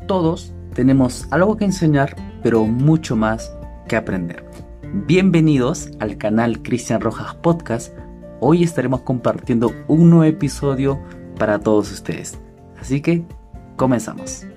Todos tenemos algo que enseñar, pero mucho más que aprender. Bienvenidos al canal Cristian Rojas Podcast. Hoy estaremos compartiendo un nuevo episodio para todos ustedes. Así que, comenzamos.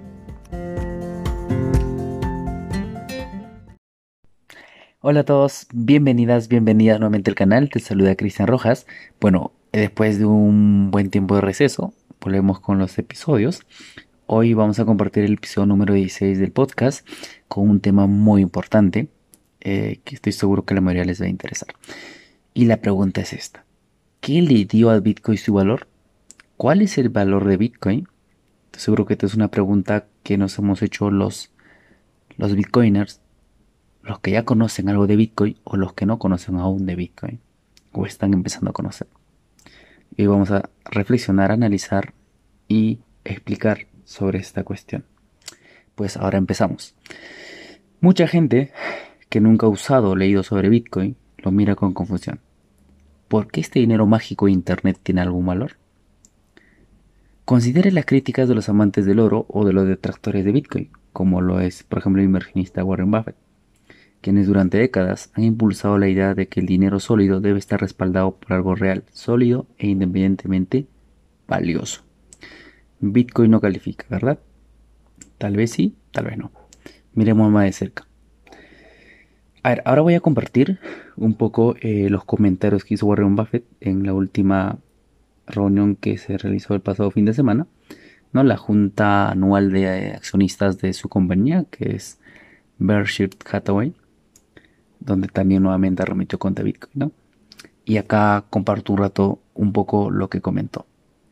Hola a todos, bienvenidas nuevamente al canal. Te saluda Cristian Rojas. Después de un buen tiempo de receso, volvemos con los episodios. Hoy vamos a compartir el episodio número 16 del podcast con un tema muy importante que estoy seguro que a la mayoría les va a interesar. Y la pregunta es esta: ¿qué le dio a Bitcoin su valor? ¿Cuál es el valor de Bitcoin? Estoy seguro que esta es una pregunta que nos hemos hecho los Bitcoiners, los que ya conocen algo de Bitcoin o los que no conocen aún de Bitcoin o están empezando a conocer. Y hoy vamos a reflexionar, analizar y explicar sobre esta cuestión. Pues ahora empezamos. Mucha gente que nunca ha usado o leído sobre Bitcoin lo mira con confusión. ¿Por qué este dinero mágico de Internet tiene algún valor? Considere las críticas de los amantes del oro o de los detractores de Bitcoin, como lo es, por ejemplo, el inversionista Warren Buffett, quienes durante décadas han impulsado la idea de que el dinero sólido debe estar respaldado por algo real, sólido e independientemente valioso. Bitcoin no califica, ¿verdad? Tal vez sí, tal vez no. Miremos más de cerca. A ver, ahora voy a compartir un poco los comentarios que hizo Warren Buffett en la última reunión que se realizó el pasado fin de semana, ¿no? La junta anual de accionistas de su compañía, que es Berkshire Hathaway, donde también nuevamente arremetió contra Bitcoin, ¿no? Y acá comparto un rato un poco lo que comentó.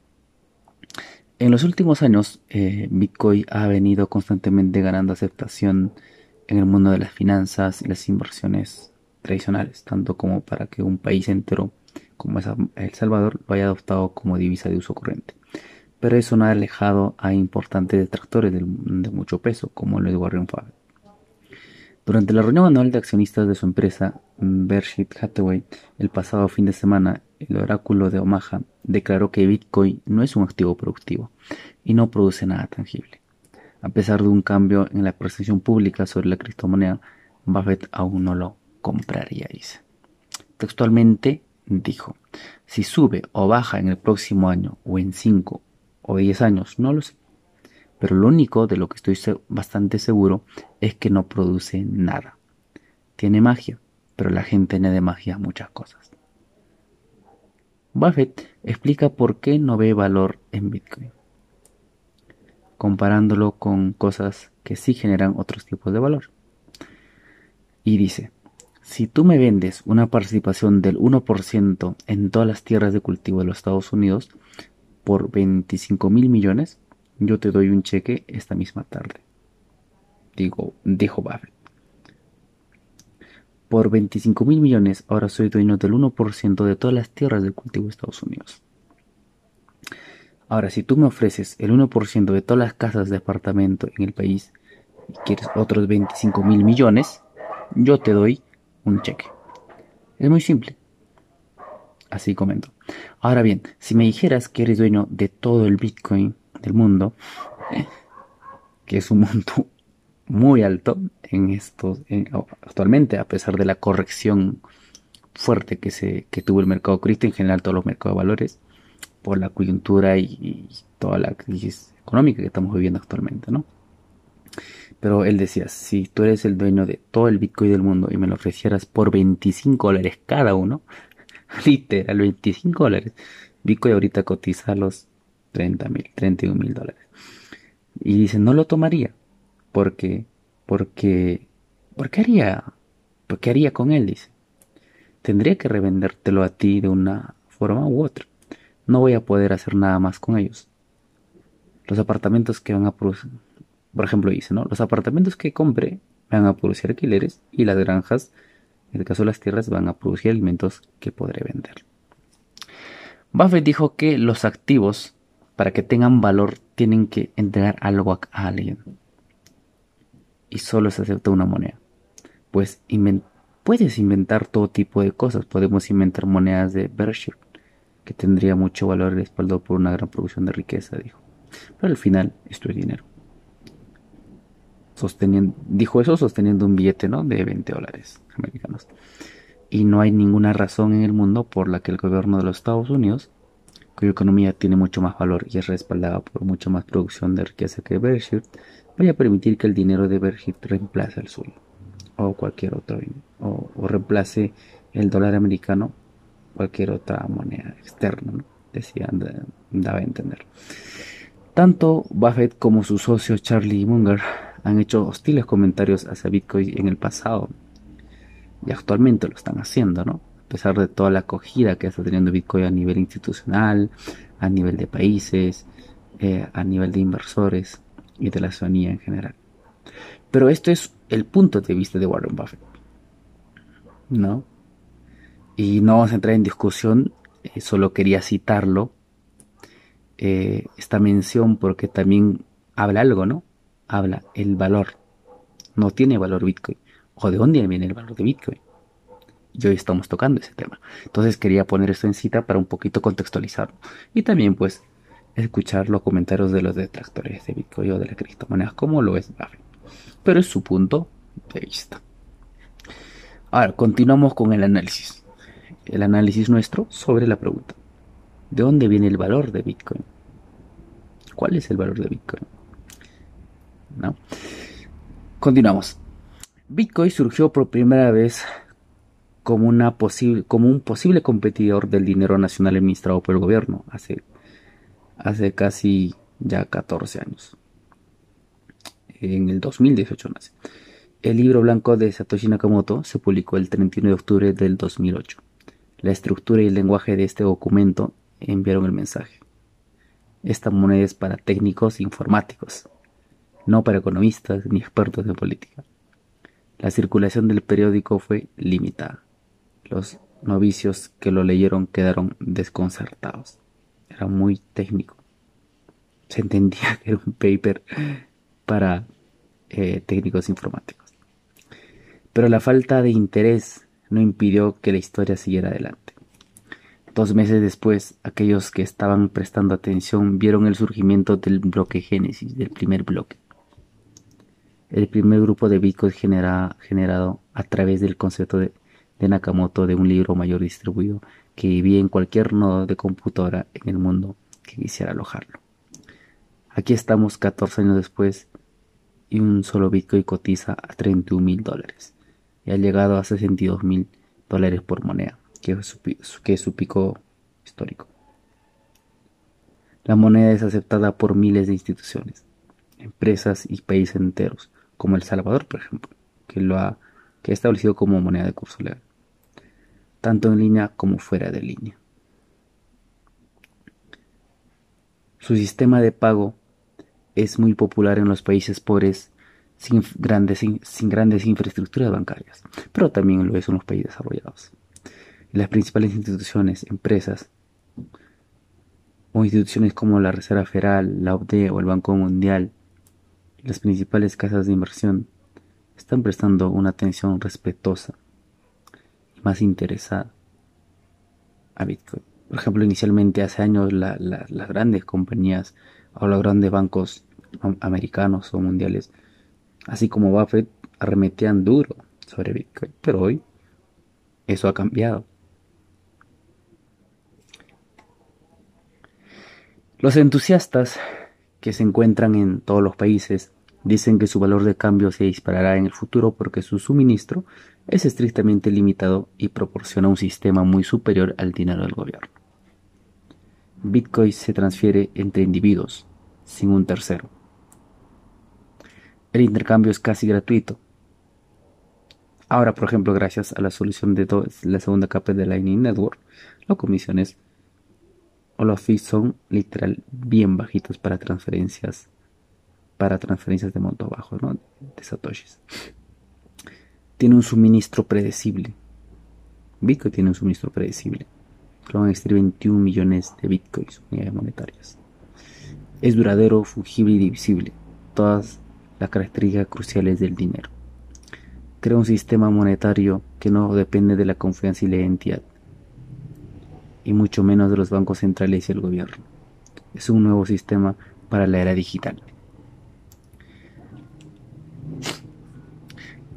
En los últimos años, Bitcoin ha venido constantemente ganando aceptación en el mundo de las finanzas y las inversiones tradicionales, tanto como para que un país entero como es El Salvador lo haya adoptado como divisa de uso corriente. Pero eso no ha alejado a importantes detractores de mucho peso, como lo es Warren Buffett. Durante la reunión anual de accionistas de su empresa, Berkshire Hathaway, el pasado fin de semana, el oráculo de Omaha declaró que Bitcoin no es un activo productivo y no produce nada tangible. A pesar de un cambio en la percepción pública sobre la criptomoneda, Buffett aún no lo compraría, dice. Textualmente dijo: si sube o baja en el próximo año o en 5 o 10 años, no lo sé. Pero lo único de lo que estoy bastante seguro es que no produce nada. Tiene magia, pero la gente añade magia a muchas cosas. Buffett explica por qué no ve valor en Bitcoin, comparándolo con cosas que sí generan otros tipos de valor. Y dice: si tú me vendes una participación del 1% en todas las tierras de cultivo de los Estados Unidos por 25.000 millones, yo te doy un cheque esta misma tarde. Dijo Buffett. Por 25.000 millones ahora soy dueño del 1% de todas las tierras de cultivo de Estados Unidos. Ahora, si tú me ofreces el 1% de todas las casas de apartamento en el país y quieres otros 25.000 millones, yo te doy un cheque. Es muy simple. Así comento. Ahora bien, si me dijeras que eres dueño de todo el Bitcoin del mundo, que es un monto muy alto actualmente, a pesar de la corrección fuerte que tuvo el mercado cripto, en general todos los mercados de valores, por la coyuntura y toda la crisis económica que estamos viviendo actualmente, ¿no? Pero él decía: si tú eres el dueño de todo el Bitcoin del mundo y me lo ofrecieras por $25 cada uno, literal, $25. Bitcoin ahorita cotiza los 30.000, $31.000. Y dice: no lo tomaría. Porque, porque haría con él, dice. Tendría que revendértelo a ti de una forma u otra. No voy a poder hacer nada más con ellos. Los apartamentos que van a producir, por ejemplo, dice, ¿no? Los apartamentos que compre van a producir alquileres y las granjas, en el caso de las tierras, van a producir alimentos que podré vender. Buffett dijo que los activos, para que tengan valor, tienen que entregar algo a alguien. Y solo se acepta una moneda. Pues puedes inventar todo tipo de cosas. Podemos inventar monedas de Berkshire, que tendría mucho valor respaldado por una gran producción de riqueza, dijo. Pero al final esto es dinero. dijo eso sosteniendo un billete, ¿no?, de 20 dólares americanos. Y no hay ninguna razón en el mundo por la que el gobierno de los Estados Unidos, cuya economía tiene mucho más valor y es respaldada por mucha más producción de riqueza que Berkshire, vaya a permitir que el dinero de Berkshire reemplace el suyo o cualquier otro, o reemplace el dólar americano, cualquier otra moneda externa, ¿no? Decían, daba a entender. Tanto Buffett como su socio Charlie Munger han hecho hostiles comentarios hacia Bitcoin en el pasado y actualmente lo están haciendo, ¿no? A pesar de toda la acogida que está teniendo Bitcoin a nivel institucional, a nivel de países, a nivel de inversores y de la ciudadanía en general. Pero esto es el punto de vista de Warren Buffett, ¿no? Y no vamos a entrar en discusión, solo quería citarlo, esta mención, porque también habla algo, ¿no? Habla el valor. No tiene valor Bitcoin. ¿O de dónde viene el valor de Bitcoin? Y hoy estamos tocando ese tema. Entonces quería poner esto en cita para un poquito contextualizarlo. Y también pues escuchar los comentarios de los detractores de Bitcoin o de la criptomoneda, como lo es Buffett. Pero es su punto de vista. Ahora, continuamos con el análisis. El análisis nuestro sobre la pregunta: ¿de dónde viene el valor de Bitcoin? ¿Cuál es el valor de Bitcoin? ¿No? Continuamos. Bitcoin surgió por primera vez como un posible competidor del dinero nacional administrado por el gobierno hace casi ya 14 años. En el 2018 nace. El libro blanco de Satoshi Nakamoto se publicó el 31 de octubre del 2008. La estructura y el lenguaje de este documento enviaron el mensaje: esta moneda es para técnicos informáticos, no para economistas ni expertos en política. La circulación del periódico fue limitada. Los novicios que lo leyeron quedaron desconcertados. Era muy técnico. Se entendía que era un paper para técnicos informáticos. Pero la falta de interés no impidió que la historia siguiera adelante. 2 meses después, aquellos que estaban prestando atención vieron el surgimiento del bloque Génesis, del primer bloque. El primer grupo de Bitcoin generado a través del concepto de Nakamoto de un libro mayor distribuido que vivía en cualquier nodo de computadora en el mundo que quisiera alojarlo. Aquí estamos 14 años después y un solo Bitcoin cotiza a $31,000 y ha llegado a $62,000 por moneda, que es su pico histórico. La moneda es aceptada por miles de instituciones, empresas y países enteros, como El Salvador, por ejemplo, que ha establecido como moneda de curso legal, tanto en línea como fuera de línea. Su sistema de pago es muy popular en los países pobres sin grandes infraestructuras bancarias, pero también lo es en los países desarrollados. Las principales instituciones, empresas o instituciones como la Reserva Federal, la OCDE o el Banco Mundial, las principales casas de inversión, están prestando una atención respetuosa y más interesada a Bitcoin. Por ejemplo, inicialmente hace años las grandes compañías o los grandes bancos americanos o mundiales, así como Buffett, arremetían duro sobre Bitcoin, pero hoy eso ha cambiado. Los entusiastas que se encuentran en todos los países dicen que su valor de cambio se disparará en el futuro porque su suministro es estrictamente limitado y proporciona un sistema muy superior al dinero del gobierno. Bitcoin se transfiere entre individuos, sin un tercero. El intercambio es casi gratuito. Ahora, por ejemplo, gracias a la solución de la segunda capa de Lightning Network, las comisiones o los fees son literal bien bajitos para transferencias de monto bajo, ¿no?, de satoshis. Tiene un suministro predecible. Bitcoin tiene un suministro predecible. Lo van a existir 21 millones de bitcoins, unidades monetarias. Es duradero, fungible y divisible. Todas las características cruciales del dinero. Crea un sistema monetario que no depende de la confianza y la identidad, y mucho menos de los bancos centrales y el gobierno. Es un nuevo sistema para la era digital.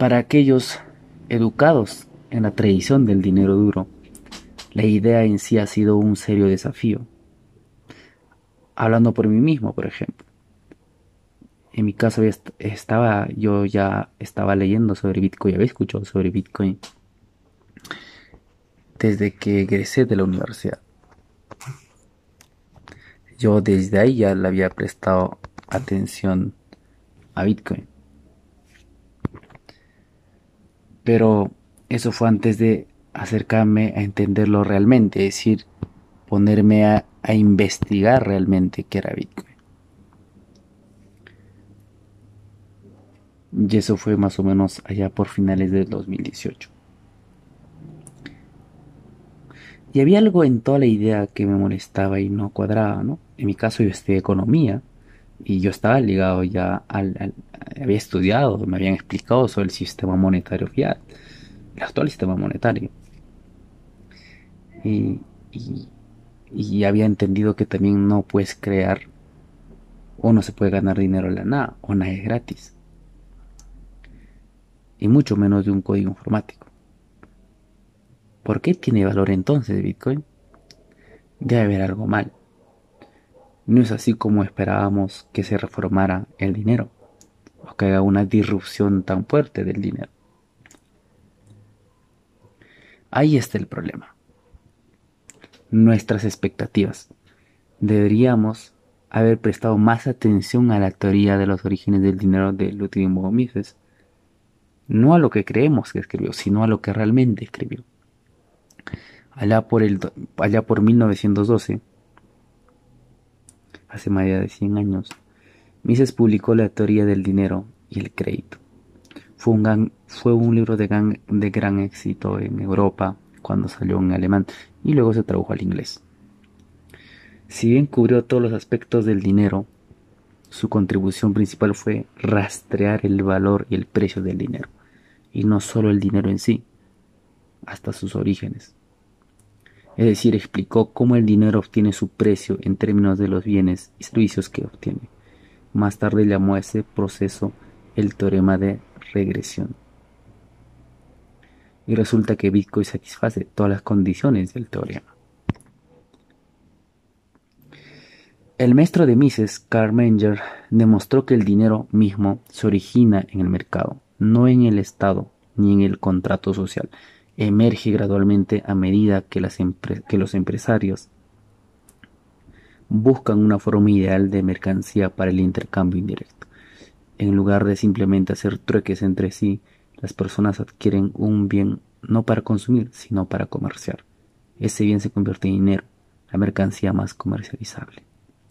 Para aquellos educados en la tradición del dinero duro, la idea en sí ha sido un serio desafío. Hablando por mí mismo, por ejemplo. En mi caso yo ya estaba leyendo sobre Bitcoin, había escuchado sobre Bitcoin desde que egresé de la universidad. Yo desde ahí ya le había prestado atención a Bitcoin. Pero eso fue antes de acercarme a entenderlo realmente, es decir, ponerme a investigar realmente qué era Bitcoin. Y eso fue más o menos allá por finales del 2018. Y había algo en toda la idea que me molestaba y no cuadraba, ¿no? En mi caso yo estudié economía y yo estaba ligado ya había estudiado, me habían explicado sobre el sistema monetario fiat, el actual sistema monetario. Y, y, y había entendido que también no puedes crear o no se puede ganar dinero de la nada o nada es gratis. Y mucho menos de un código informático. ¿Por qué tiene valor entonces Bitcoin? Debe haber algo mal. No es así como esperábamos que se reformara el dinero o que haya una disrupción tan fuerte del dinero. Ahí está el problema. Nuestras expectativas. Deberíamos haber prestado más atención a la teoría de los orígenes del dinero de Ludwig von Mises, no a lo que creemos que escribió, sino a lo que realmente escribió. Allá por 1912, hace más de 100 años, Mises publicó la teoría del dinero y el crédito. Fue un libro de gran éxito en Europa cuando salió en alemán y luego se tradujo al inglés. Si bien cubrió todos los aspectos del dinero, su contribución principal fue rastrear el valor y el precio del dinero, y no solo el dinero en sí, hasta sus orígenes. Es decir, explicó cómo el dinero obtiene su precio en términos de los bienes y servicios que obtiene. Más tarde llamó a ese proceso el teorema de regresión. Y resulta que Bitcoin satisface todas las condiciones del teorema. El maestro de Mises, Carl Menger, demostró que el dinero mismo se origina en el mercado, no en el Estado ni en el contrato social. Emerge gradualmente a medida que los empresarios buscan una forma ideal de mercancía para el intercambio indirecto. En lugar de simplemente hacer trueques entre sí, las personas adquieren un bien no para consumir, sino para comerciar. Ese bien se convierte en dinero, la mercancía más comercializable.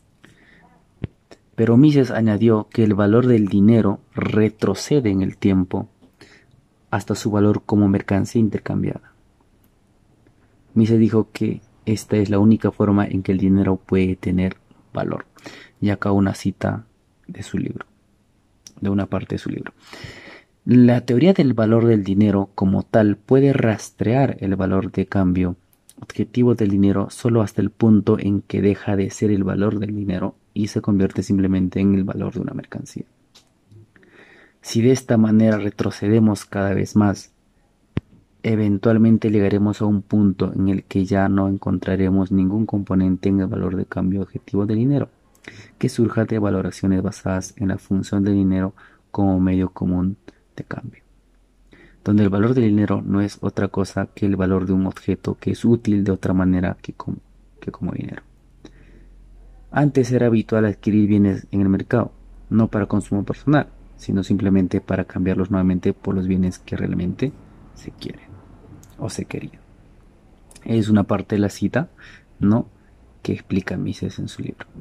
Pero Mises añadió que el valor del dinero retrocede en el tiempo hasta su valor como mercancía intercambiada. Mises dijo que esta es la única forma en que el dinero puede tener valor. Y acá una cita de su libro, de una parte de su libro. La teoría del valor del dinero como tal puede rastrear el valor de cambio objetivo del dinero solo hasta el punto en que deja de ser el valor del dinero y se convierte simplemente en el valor de una mercancía. Si de esta manera retrocedemos cada vez más, eventualmente llegaremos a un punto en el que ya no encontraremos ningún componente en el valor de cambio objetivo del dinero, que surja de valoraciones basadas en la función del dinero como medio común de cambio, donde el valor del dinero no es otra cosa que el valor de un objeto que es útil de otra manera que como dinero. Antes era habitual adquirir bienes en el mercado, no para consumo personal, sino simplemente para cambiarlos nuevamente por los bienes que realmente se quieren o se querían. Es una parte de la cita, ¿no?, que explica Mises en su libro.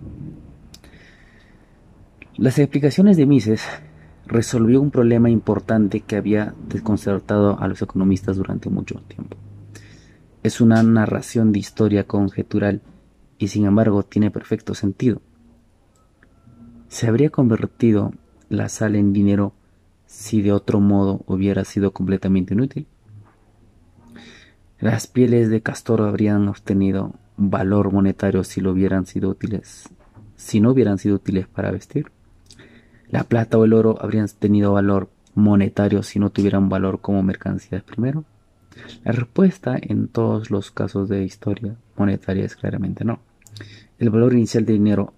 Las explicaciones de Mises resolvió un problema importante que había desconcertado a los economistas durante mucho tiempo. Es una narración de historia conjetural y sin embargo tiene perfecto sentido. ¿Se habría convertido la sal en dinero si de otro modo hubiera sido completamente inútil? Las pieles de castor habrían obtenido valor monetario si no hubieran sido útiles para vestir. La plata o el oro habrían tenido valor monetarios si no tuvieran valor como mercancías primero? La respuesta en todos los casos de historia monetaria es claramente no. El valor inicial del dinero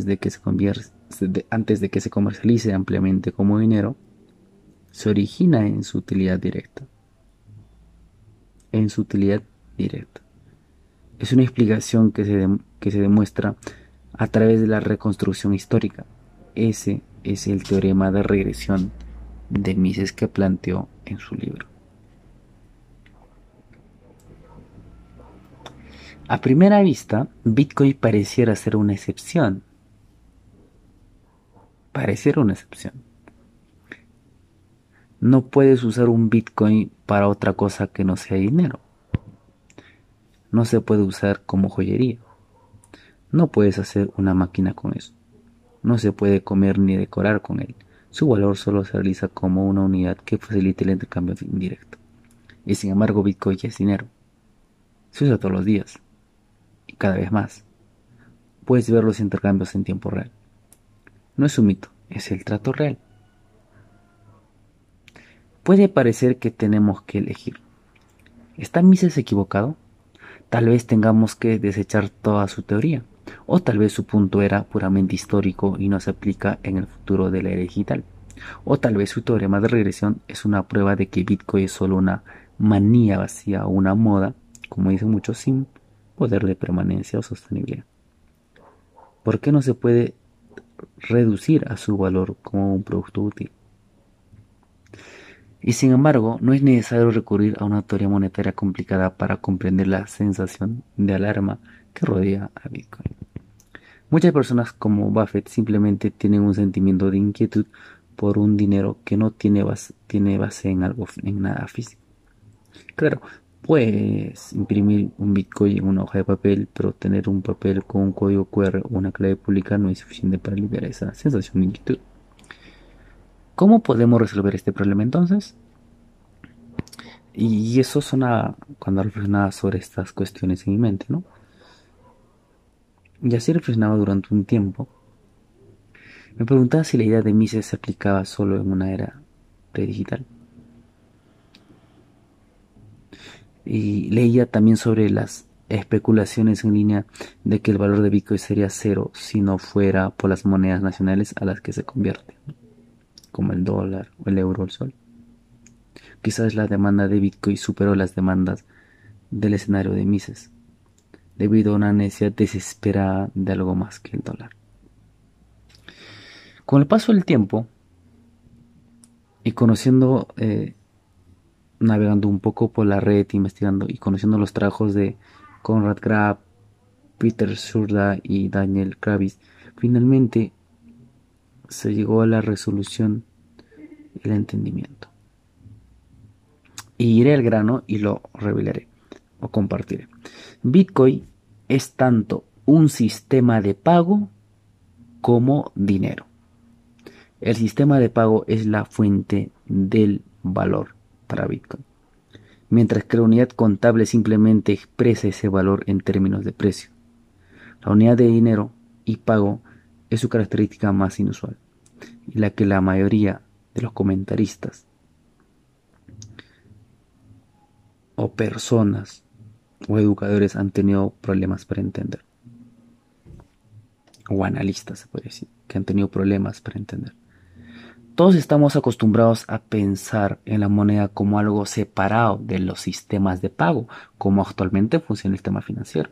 antes de que se comercialice ampliamente como dinero se origina en su utilidad directa. En su utilidad directa. Es una explicación que se demuestra a través de la reconstrucción histórica. Ese es el teorema de regresión de Mises que planteó en su libro. A primera vista, Bitcoin pareciera ser una excepción. Pareciera una excepción. No puedes usar un Bitcoin para otra cosa que no sea dinero. No se puede usar como joyería. No puedes hacer una máquina con eso. No se puede comer ni decorar con él. Su valor solo se realiza como una unidad que facilite el intercambio indirecto. Y sin embargo, Bitcoin ya es dinero. Se usa todos los días. Y cada vez más. Puedes ver los intercambios en tiempo real. No es un mito, es el trato real. Puede parecer que tenemos que elegir. ¿Está Mises equivocado? Tal vez tengamos que desechar toda su teoría. O tal vez su punto era puramente histórico y no se aplica en el futuro de la era digital. O tal vez su teorema de regresión es una prueba de que Bitcoin es solo una manía vacía o una moda, como dicen muchos, sin poder de permanencia o sostenibilidad. ¿Por qué no se puede reducir a su valor como un producto útil? Y sin embargo, no es necesario recurrir a una teoría monetaria complicada para comprender la sensación de alarma que rodea a Bitcoin. Muchas personas como Buffett simplemente tienen un sentimiento de inquietud por un dinero que no tiene base en nada físico. Claro, puedes imprimir un Bitcoin en una hoja de papel, pero tener un papel con un código QR o una clave pública no es suficiente para aliviar esa sensación de inquietud. ¿Cómo podemos resolver este problema entonces? Y eso suena cuando reflexionaba sobre estas cuestiones en mi mente, ¿no? Y así reflexionaba durante un tiempo. Me preguntaba si la idea de Mises se aplicaba solo en una era predigital. Y leía también sobre las especulaciones en línea de que el valor de Bitcoin sería cero si no fuera por las monedas nacionales a las que se convierte, ¿no? Como el dólar o el euro o el sol. Quizás la demanda de Bitcoin superó las demandas del escenario de Mises, debido a una necesidad desesperada de algo más que el dólar. Con el paso del tiempo y conociendo, navegando un poco por la red, investigando y conociendo los trabajos de Conrad Grab, Peter Surda y Daniel Kravis, finalmente se llegó a la resolución y el entendimiento. Y iré al grano y lo revelaré o compartiré. Bitcoin es tanto un sistema de pago como dinero. El sistema de pago es la fuente del valor para Bitcoin, mientras que la unidad contable simplemente expresa ese valor en términos de precio. La unidad de dinero y pago es su característica más inusual y la que la mayoría de los comentaristas o personas o educadores han tenido problemas para entender, o analistas se puede decir, que han tenido problemas para entender. Todos estamos acostumbrados a pensar en la moneda como algo separado de los sistemas de pago, como actualmente funciona el sistema financiero.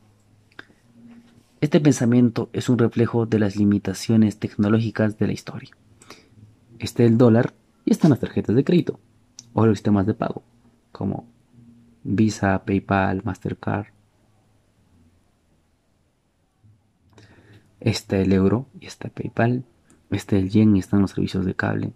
Este pensamiento es un reflejo de las limitaciones tecnológicas de la historia. Está el dólar y están las tarjetas de crédito o los sistemas de pago, como Visa, PayPal, Mastercard. Está el euro y está PayPal. Está el yen y están los servicios de cable.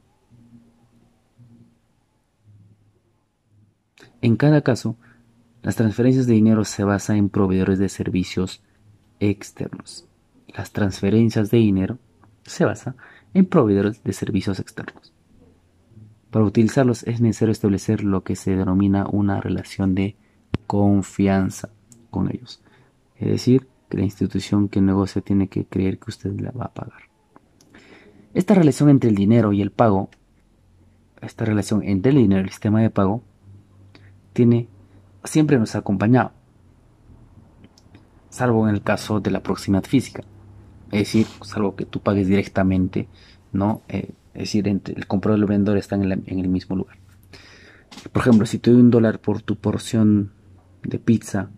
En cada caso, las transferencias de dinero se basan en proveedores de servicios externos. Las transferencias de dinero se basan en proveedores de servicios externos. Para utilizarlos es necesario establecer lo que se denomina una relación de confianza con ellos. Es decir, que la institución que negocia tiene que creer que usted la va a pagar. Esta relación entre el dinero y el pago esta relación entre el dinero y el sistema de pago siempre nos ha acompañado, salvo en el caso de la proximidad física. Es decir, salvo que tú pagues directamente, ¿no? Es decir, el comprador y el vendedor están en el mismo lugar. Por ejemplo, si te doy $1 por tu porción de pizza,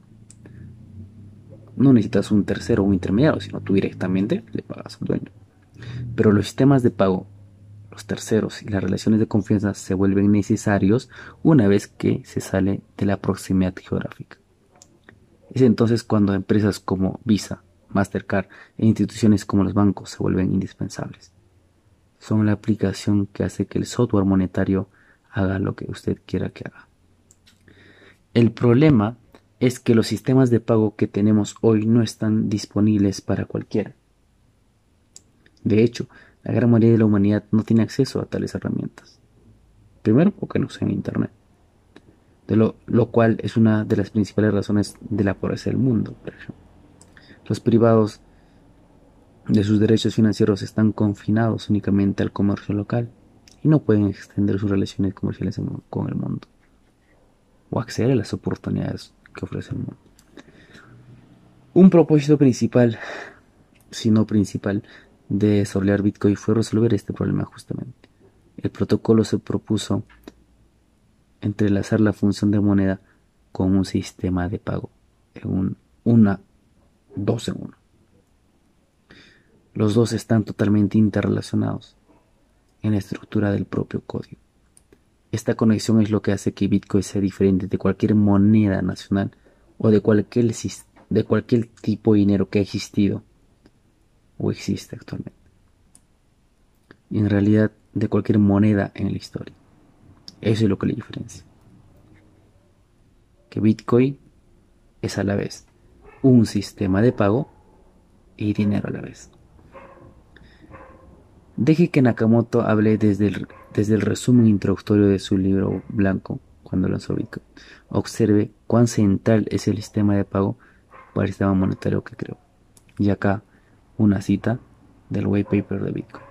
no necesitas un tercero o un intermediario, sino tú directamente le pagas al dueño. Pero los sistemas de pago, los terceros y las relaciones de confianza se vuelven necesarios una vez que se sale de la proximidad geográfica. Es entonces cuando empresas como Visa, Mastercard e instituciones como los bancos se vuelven indispensables. Son la aplicación que hace que el software monetario haga lo que usted quiera que haga. El problema es que los sistemas de pago que tenemos hoy no están disponibles para cualquiera. De hecho, la gran mayoría de la humanidad no tiene acceso a tales herramientas. Primero, porque no usan Internet, lo cual es una de las principales razones de la pobreza del mundo, por ejemplo. Los privados de sus derechos financieros están confinados únicamente al comercio local y no pueden extender sus relaciones comerciales con el mundo o acceder a las oportunidades que ofrece el mundo. Un propósito principal, si no principal, de desarrollar Bitcoin fue resolver este problema justamente. El protocolo se propuso entrelazar la función de moneda con un sistema de pago en una 2 en 1. Los dos están totalmente interrelacionados en la estructura del propio código. Esta conexión es lo que hace que Bitcoin sea diferente de cualquier moneda nacional o de cualquier tipo de dinero que ha existido o existe actualmente. Y en realidad de cualquier moneda en la historia. Eso es lo que le diferencia. Que Bitcoin es a la vez un sistema de pago y dinero a la vez. Deje que Nakamoto hable desde el resumen introductorio de su libro blanco cuando lanzó Bitcoin. Observe cuán central es el sistema de pago para el sistema monetario que creó. Y acá una cita del white paper de Bitcoin.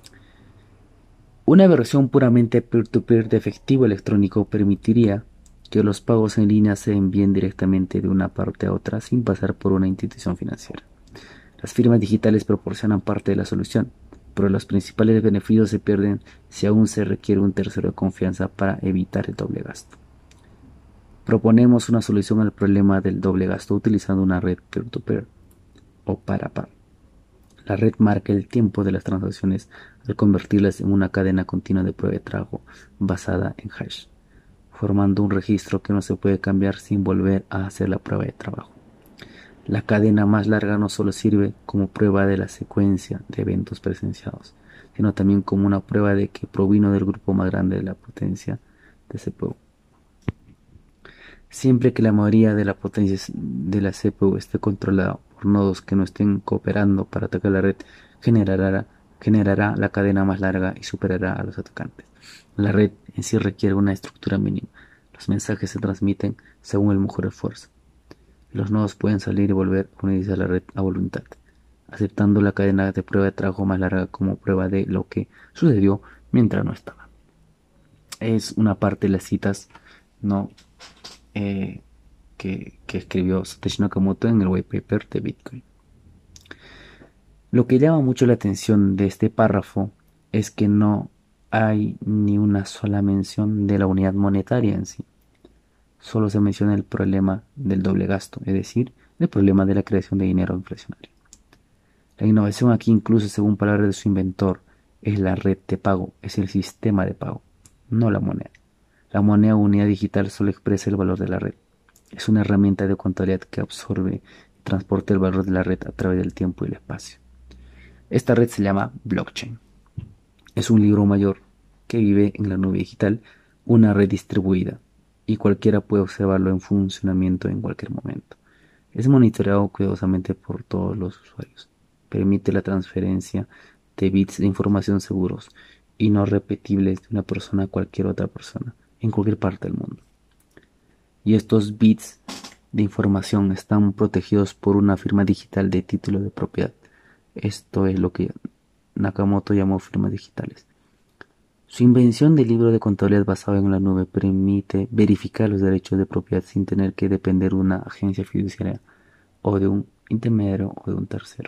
Una versión puramente peer-to-peer de efectivo electrónico permitiría que los pagos en línea se envíen directamente de una parte a otra sin pasar por una institución financiera. Las firmas digitales proporcionan parte de la solución, pero los principales beneficios se pierden si aún se requiere un tercero de confianza para evitar el doble gasto. Proponemos una solución al problema del doble gasto utilizando una red peer-to-peer o par a par. La red marca el tiempo de las transacciones al convertirlas en una cadena continua de prueba de trabajo basada en hash, formando un registro que no se puede cambiar sin volver a hacer la prueba de trabajo. La cadena más larga no solo sirve como prueba de la secuencia de eventos presenciados, sino también como una prueba de que provino del grupo más grande de la potencia de CPU. Siempre que la mayoría de la potencia de la CPU esté controlada por nodos que no estén cooperando para atacar la red, generará la cadena más larga y superará a los atacantes. La red en sí requiere una estructura mínima. Los mensajes se transmiten según el mejor esfuerzo. Los nodos pueden salir y volver a unirse a la red a voluntad, aceptando la cadena de prueba de trabajo más larga como prueba de lo que sucedió mientras no estaba. Es una parte de las citas, ¿no? Que escribió Satoshi Nakamoto en el white paper de Bitcoin. Lo que llama mucho la atención de este párrafo es que no hay ni una sola mención de la unidad monetaria en sí. Solo se menciona el problema del doble gasto, es decir, el problema de la creación de dinero inflacionario. La innovación aquí, incluso según palabras de su inventor, es la red de pago, es el sistema de pago, no la moneda. La moneda o unidad digital solo expresa el valor de la red. Es una herramienta de contabilidad que absorbe y transporta el valor de la red a través del tiempo y el espacio. Esta red se llama blockchain. Es un libro mayor que vive en la nube digital, una red distribuida, y cualquiera puede observarlo en funcionamiento en cualquier momento. Es monitoreado cuidadosamente por todos los usuarios. Permite la transferencia de bits de información seguros y no repetibles de una persona a cualquier otra persona en cualquier parte del mundo. Y estos bits de información están protegidos por una firma digital de título de propiedad. Esto es lo que Nakamoto llamó firmas digitales. Su invención del libro de contabilidad basado en la nube permite verificar los derechos de propiedad sin tener que depender de una agencia fiduciaria o de un intermediario o de un tercero.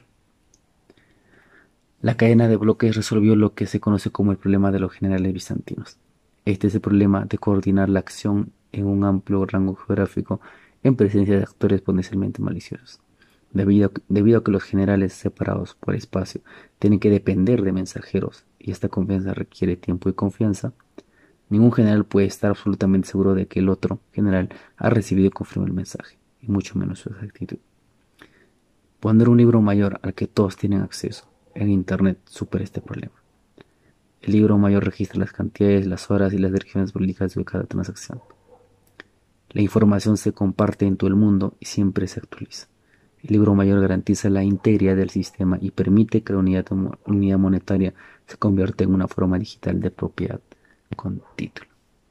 La cadena de bloques resolvió lo que se conoce como el problema de los generales bizantinos. Este es el problema de coordinar la acción en un amplio rango geográfico en presencia de actores potencialmente maliciosos. Debido a que los generales separados por espacio tienen que depender de mensajeros y esta confianza requiere tiempo y confianza, ningún general puede estar absolutamente seguro de que el otro general ha recibido y confirmado el mensaje, y mucho menos su exactitud. Poner un libro mayor al que todos tienen acceso en Internet supera este problema. El libro mayor registra las cantidades, las horas y las direcciones públicas de cada transacción. La información se comparte en todo el mundo y siempre se actualiza. El libro mayor garantiza la integridad del sistema y permite que la unidad monetaria se convierta en una forma digital de propiedad con título.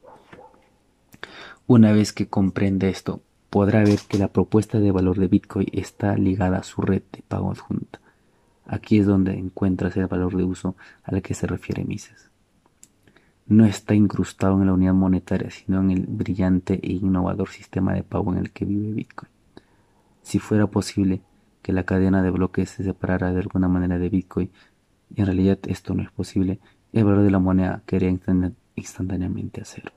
Una vez que comprende esto, podrá ver que la propuesta de valor de Bitcoin está ligada a su red de pago adjunta. Aquí es donde encuentras el valor de uso al que se refiere Mises. No está incrustado en la unidad monetaria, sino en el brillante e innovador sistema de pago en el que vive Bitcoin. Si fuera posible que la cadena de bloques se separara de alguna manera de Bitcoin, y en realidad esto no es posible, el valor de la moneda caería instantáneamente a cero.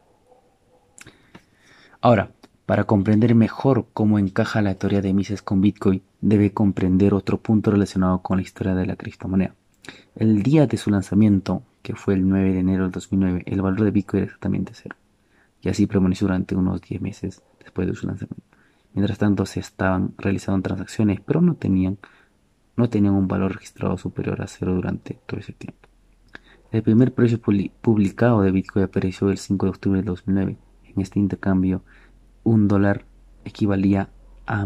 Ahora, para comprender mejor cómo encaja la teoría de Mises con Bitcoin, debe comprender otro punto relacionado con la historia de la criptomoneda. El día de su lanzamiento, que fue el 9 de enero del 2009, el valor de Bitcoin era exactamente cero, y así permaneció durante unos 10 meses después de su lanzamiento. Mientras tanto, se estaban realizando transacciones, pero no tenían un valor registrado superior a cero durante todo ese tiempo. El primer precio publicado de Bitcoin apareció el 5 de octubre de 2009. En este intercambio, un dólar equivalía a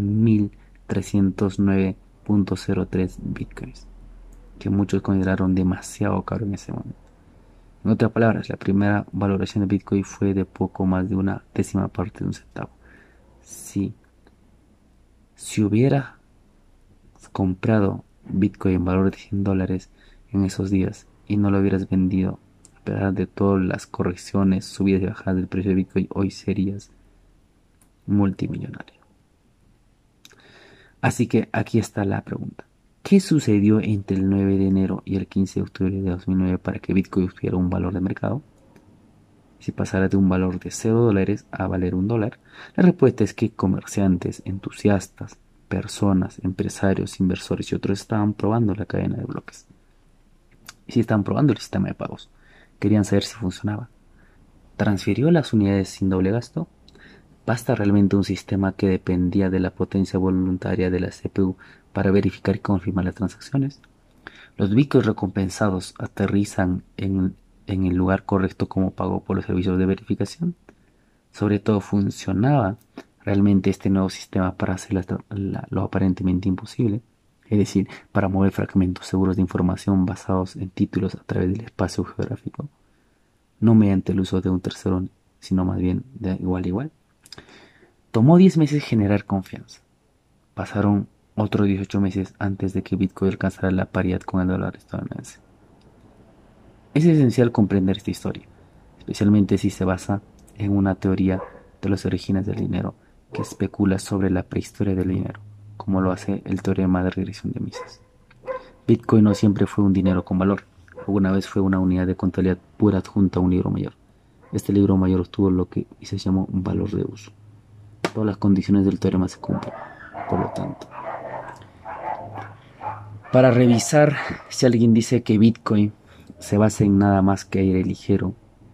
1.309.03 bitcoins, que muchos consideraron demasiado caro en ese momento. En otras palabras, la primera valoración de Bitcoin fue de poco más de una décima parte de un centavo. Si hubiera comprado Bitcoin en valor de $100 en esos días y no lo hubieras vendido, a pesar de todas las correcciones, subidas y bajadas del precio de Bitcoin, hoy serías multimillonario. Así que aquí está la pregunta. ¿Qué sucedió entre el 9 de enero y el 15 de octubre de 2009 para que Bitcoin tuviera un valor de mercado? Si pasara de un valor de $0 a valer $1, la respuesta es que comerciantes, entusiastas, personas, empresarios, inversores y otros estaban probando la cadena de bloques. Y si estaban probando el sistema de pagos, querían saber si funcionaba. ¿Transfirió las unidades sin doble gasto? ¿Basta realmente un sistema que dependía de la potencia voluntaria de la CPU para verificar y confirmar las transacciones? ¿Los bitcoins recompensados aterrizan en el lugar correcto como pago por los servicios de verificación? Sobre todo, ¿funcionaba realmente este nuevo sistema para hacer lo aparentemente imposible? Es decir, para mover fragmentos seguros de información basados en títulos a través del espacio geográfico, no mediante el uso de un tercero, sino más bien de igual a igual. Tomó 10 meses generar confianza. Pasaron otros 18 meses antes de que Bitcoin alcanzara la paridad con el dólar estadounidense. Es esencial comprender esta historia, especialmente si se basa en una teoría de los orígenes del dinero que especula sobre la prehistoria del dinero, como lo hace el teorema de regresión de Mises. Bitcoin no siempre fue un dinero con valor, alguna vez fue una unidad de contabilidad pura adjunta a un libro mayor. Este libro mayor obtuvo lo que se llamó un valor de uso. Todas las condiciones del teorema se cumplen, por lo tanto. Para revisar si alguien dice que Bitcoin se basa en nada más que aire ligero,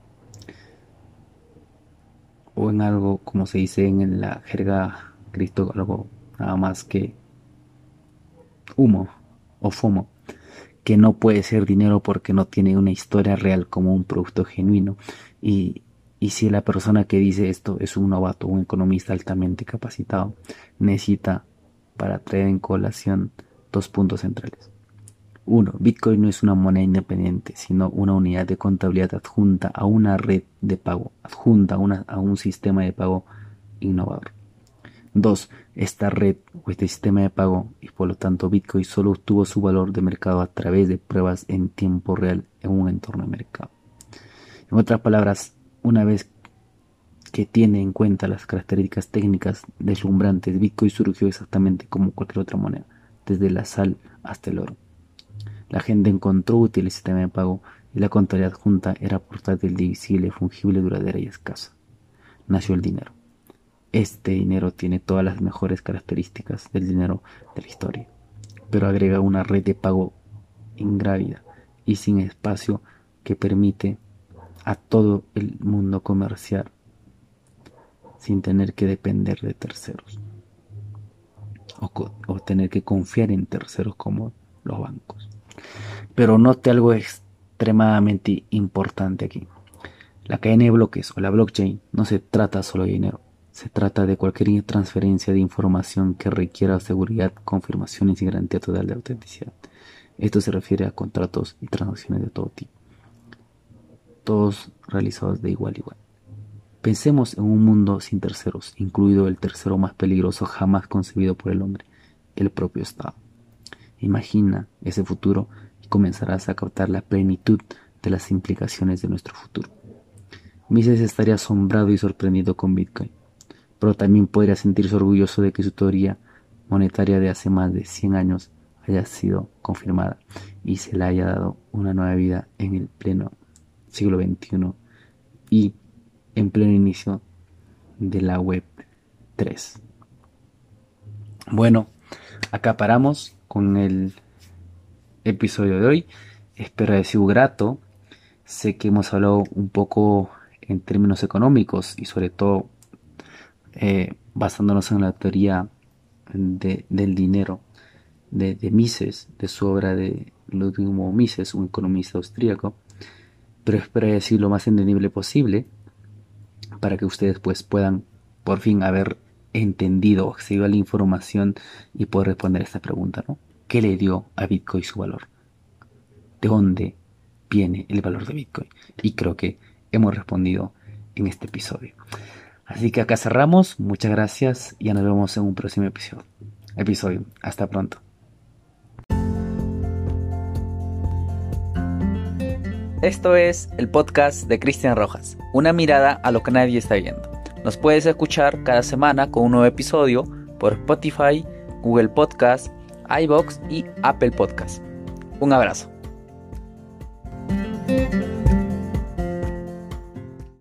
o en algo, como se dice en la jerga criptólogo, nada más que humo o FOMO, que no puede ser dinero porque no tiene una historia real como un producto genuino. Y si la persona que dice esto es un novato, un economista altamente capacitado, necesita para traer en colación dos puntos centrales. Uno, Bitcoin no es una moneda independiente, sino una unidad de contabilidad adjunta a una red de pago, adjunta a un sistema de pago innovador. Dos, esta red o este sistema de pago y por lo tanto Bitcoin solo obtuvo su valor de mercado a través de pruebas en tiempo real en un entorno de mercado. En otras palabras, una vez que tiene en cuenta las características técnicas deslumbrantes, Bitcoin surgió exactamente como cualquier otra moneda, desde la sal hasta el oro. La gente encontró útil el sistema de pago y la contabilidad junta era portátil, divisible, fungible, duradera y escasa. Nació el dinero. Este dinero tiene todas las mejores características del dinero de la historia, pero agrega una red de pago ingrávida y sin espacio que permite a todo el mundo comerciar sin tener que depender de terceros o tener que confiar en terceros como los bancos. Pero note algo extremadamente importante aquí. La cadena de bloques o la blockchain no se trata solo de dinero. Se trata de cualquier transferencia de información que requiera seguridad, confirmaciones y garantía total de autenticidad. Esto se refiere a contratos y transacciones de todo tipo, todos realizados de igual a igual. Pensemos en un mundo sin terceros, incluido el tercero más peligroso jamás concebido por el hombre, el propio Estado. Imagina ese futuro y comenzarás a captar la plenitud de las implicaciones de nuestro futuro. Mises estaría asombrado y sorprendido con Bitcoin, pero también podría sentirse orgulloso de que su teoría monetaria de hace más de 100 años haya sido confirmada y se le haya dado una nueva vida en el pleno siglo XXI y en pleno inicio de la web 3. Bueno, acá paramos con el episodio de hoy. Espero haya sido grato. Sé que hemos hablado un poco en términos económicos y sobre todo basándonos en la teoría del dinero de Mises, de su obra de Ludwig von Mises, un economista austríaco, pero espero haya sido lo más entendible posible para que ustedes pues puedan por fin haber entendido, accedido a la información y poder responder a esta pregunta, ¿no? ¿Qué le dio a Bitcoin su valor? ¿De dónde viene el valor de Bitcoin? Y creo que hemos respondido en este episodio. Así que acá cerramos. Muchas gracias y ya nos vemos en un próximo episodio. Hasta pronto. Esto es el podcast de Cristian Rojas, una mirada a lo que nadie está viendo. Nos puedes escuchar cada semana con un nuevo episodio por Spotify, Google Podcast, iVoox y Apple Podcast. Un abrazo.